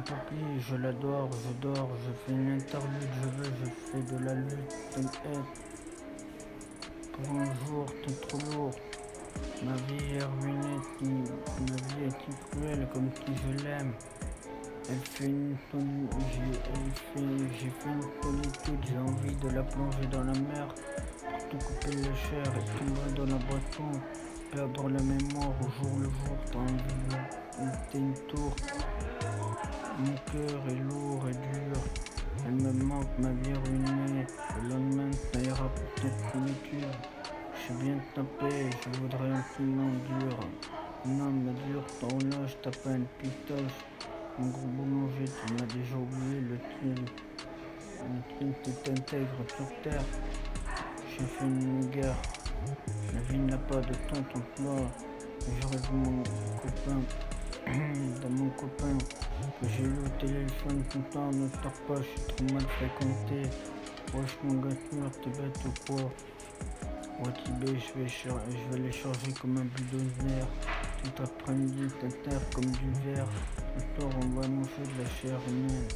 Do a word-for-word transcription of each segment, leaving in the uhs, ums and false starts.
poupée, je l'adore, je dors, je fais une interlude, je veux, je fais de la lutte, t'inquiète. Pour un jour, t'es trop lourd. Ma vie est ruinée, ma vie est cruelle comme qui je l'aime. Elle fait une j'ai elle fait, j'ai fait une solitude, j'ai envie de la plonger dans la mer, pour tout couper le chair et tomber dans la boisson, perdre la mémoire au jour le jour, t'as envie de une tour. Mon cœur est lourd et dur, elle me manque, ma vie ruinée, le lendemain ça ira peut-être solitude. Je suis bien tapé, je voudrais un film dur, un homme dur, ton horloge, t'as pas une pistoche. Mon gros boulanger, tu m'as déjà oublié, le tien, le tien t'intègre sur terre. J'ai fait une guerre, la vie n'a pas de temps, ton plat. J'aurais vu mon copain, dans mon copain, que j'ai eu au téléphone tout le temps, ne sors pas, je suis trop mal fréquenté. Wesh mon gars, t'es bête ou quoi? Ouais Tibé, je vais, je vais les charger comme un bulldozer. Tout après-midi, ta terre comme du verre. Ce soir, on va manger de la chair humaine.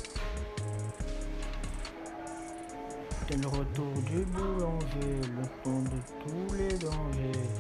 C'est le retour du boulanger, le temps de tous les dangers.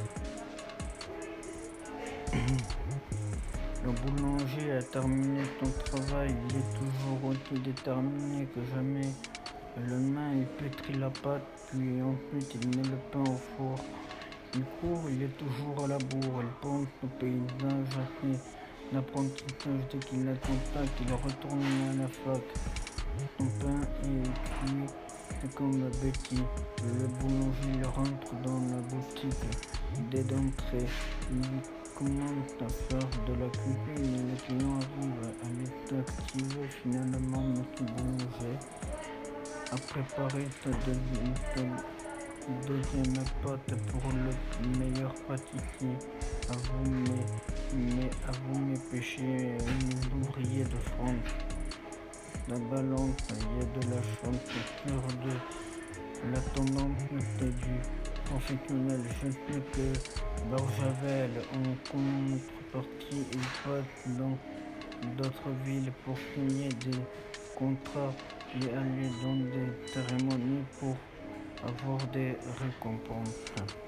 Le boulanger a terminé son travail, il est toujours aussi déterminé que jamais. Le lendemain, il pétrit la pâte, puis ensuite il met le pain au four. Il court, il est toujours à la bourre, il pense au paysage assez l'apprentissage dès qu'il attend pas qu'il retourne à la fac. Son pain est cuit, c'est comme la bêtise. Le boulanger rentre dans la boutique, dès d'entrée, il commence à faire de la cuisine et le client arrive à l'état activé. Finalement, monsieur Boulanger a préparé sa deuxième, deuxième pâte pour le meilleur pâtissier. À vous mes, mes, à vous mes péchés, mes ouvriers de France. La balance, il y a de la chance sur deux. La tendance était du professionnel. Je sais que Barjavel, en contrepartie, il passe dans d'autres villes pour signer des contrats et aller dans des cérémonies pour avoir des récompenses.